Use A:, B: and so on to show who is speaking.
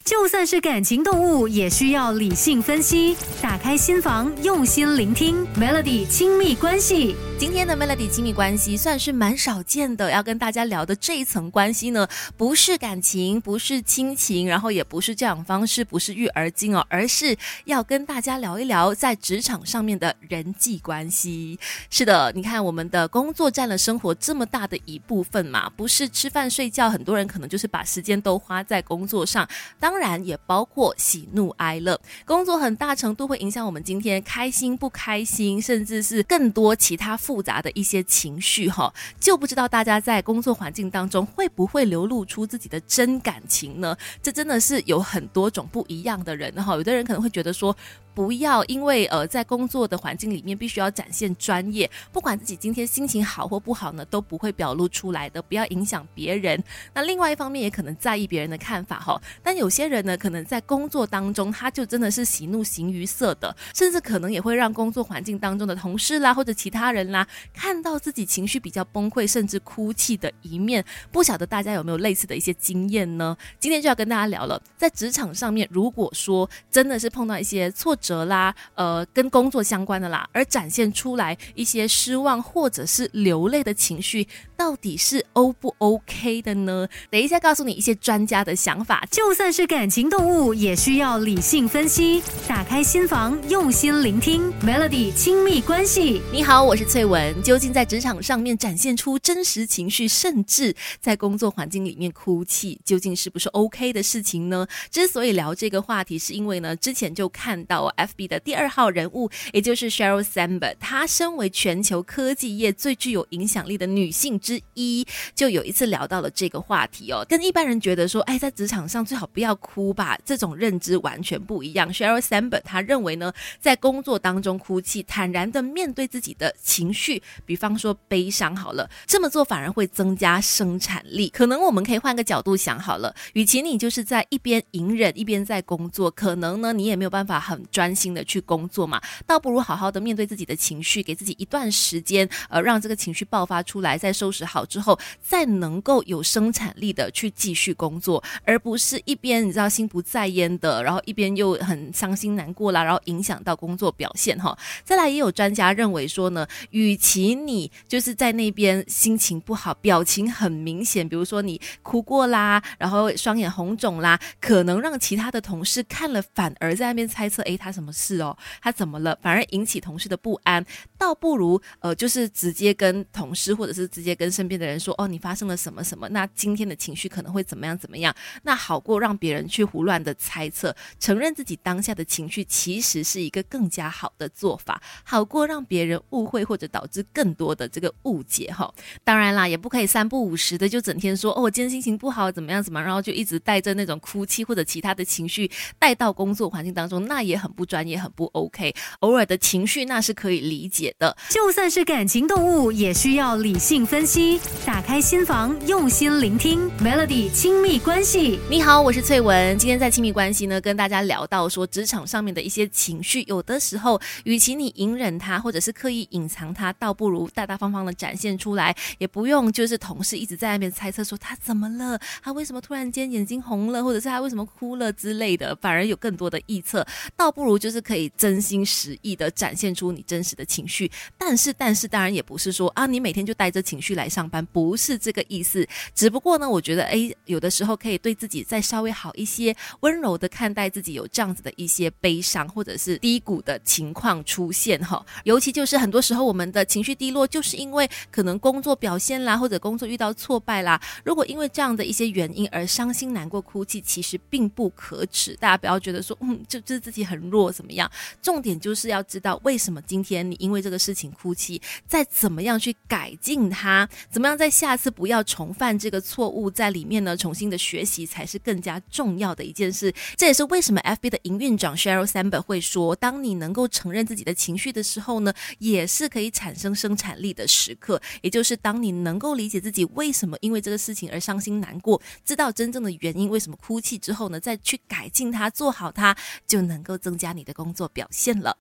A: 就算是感情动物，也需要理性分析。打开心房，用心聆听 Melody 亲密关系。
B: 今天的 Melody 亲密关系算是蛮少见的，要跟大家聊的这一层关系呢，不是感情，不是亲情，然后也不是教养方式，不是育儿经哦，而是要跟大家聊一聊在职场上面的人际关系。是的，你看我们的工作占了生活这么大的一部分嘛，不是吃饭睡觉，很多人可能就是把时间都花在工作上，当然也包括喜怒哀乐。工作很大程度会影响我们今天开心不开心，甚至是更多其他复杂的一些情绪哈。就不知道大家在工作环境当中会不会流露出自己的真感情呢？这真的是有很多种不一样的人哈。有的人可能会觉得说，不要因为在工作的环境里面必须要展现专业，不管自己今天心情好或不好呢，都不会表露出来的，不要影响别人。那另外一方面也可能在意别人的看法哈。但有些人呢，可能在工作当中他就真的是喜怒形于色的，甚至可能也会让工作环境当中的同事啦或者其他人啦看到自己情绪比较崩溃甚至哭泣的一面。不晓得大家有没有类似的一些经验呢？今天就要跟大家聊了，在职场上面如果说真的是碰到一些挫折啦跟工作相关的啦，而展现出来一些失望或者是流泪的情绪，到底是 O 不 OK 的呢？等一下告诉你一些专家的想法。
A: 就算是感情动物，也需要理性分析。打开心房，用心聆听 Melody 亲密关系。
B: 你好，我是翠文。究竟在职场上面展现出真实情绪，甚至在工作环境里面哭泣，究竟是不是 OK 的事情呢？之所以聊这个话题，是因为呢，之前就看到FB 的第2号人物，也就是 Sheryl Sandberg， 她身为全球科技业最具有影响力的女性之一，就有一次聊到了这个话题哦。跟一般人觉得说，在职场上最好不要哭吧，这种认知完全不一样。Sheryl Sandberg 她认为呢，在工作当中哭泣，坦然的面对自己的情绪，比方说悲伤好了，这么做反而会增加生产力。可能我们可以换个角度想好了，与其你就是在一边隐忍一边在工作，可能呢你也没有办法很专心的去工作嘛，倒不如好好的面对自己的情绪，给自己一段时间让这个情绪爆发出来，再收拾好之后，再能够有生产力的去继续工作，而不是一边你知道心不在焉的，然后一边又很伤心难过啦，然后影响到工作表现哈。再来也有专家认为说呢，与其你就是在那边心情不好，表情很明显，比如说你哭过啦，然后双眼红肿啦，可能让其他的同事看了反而在那边猜测，他什么事哦，他怎么了，反而引起同事的不安，倒不如就是直接跟同事或者是直接跟身边的人说，你发生了什么什么，那今天的情绪可能会怎么样怎么样，那好过让别人去胡乱的猜测。承认自己当下的情绪其实是一个更加好的做法，好过让别人误会或者导致更多的这个误解哈。当然啦，也不可以3不5时的就整天说我今天心情不好怎么样怎么样，然后就一直带着那种哭泣或者其他的情绪带到工作环境当中，那也很不专业，很不 OK。偶尔的情绪那是可以理解的。
A: 就算是感情动物，也需要理性分析。打开心房，用心聆听 Melody 亲密关系。
B: 你好，我是翠文。今天在亲密关系呢，跟大家聊到说职场上面的一些情绪，有的时候与其你隐忍它或者是刻意隐藏它，倒不如大大方方的展现出来，也不用就是同事一直在那边猜测说他怎么了，他为什么突然间眼睛红了，或者是他为什么哭了之类的，反而有更多的臆测，倒不如就是可以真心实意的展现出你真实的情绪。但是当然也不是说你每天就带着情绪来上班，不是这个意思。只不过呢，我觉得有的时候可以对自己再稍微好一些，温柔的看待自己有这样子的一些悲伤或者是低谷的情况出现哈。尤其就是很多时候我们的情绪低落，就是因为可能工作表现啦，或者工作遇到挫败啦，如果因为这样的一些原因而伤心难过哭泣，其实并不可耻。大家不要觉得说就是自己很弱怎么样，重点就是要知道为什么今天你因为这个事情哭泣，再怎么样去改进它，怎么样在下次不要重犯这个错误，在里面呢重新的学习才是更加重要的一件事。这也是为什么 FB 的营运长 Sheryl Sandberg 会说，当你能够承认自己的情绪的时候呢，也是可以产生生产力的时刻。也就是当你能够理解自己为什么因为这个事情而伤心难过，知道真正的原因，为什么哭泣之后呢，再去改进它，做好它，就能够增加你的工作表现了。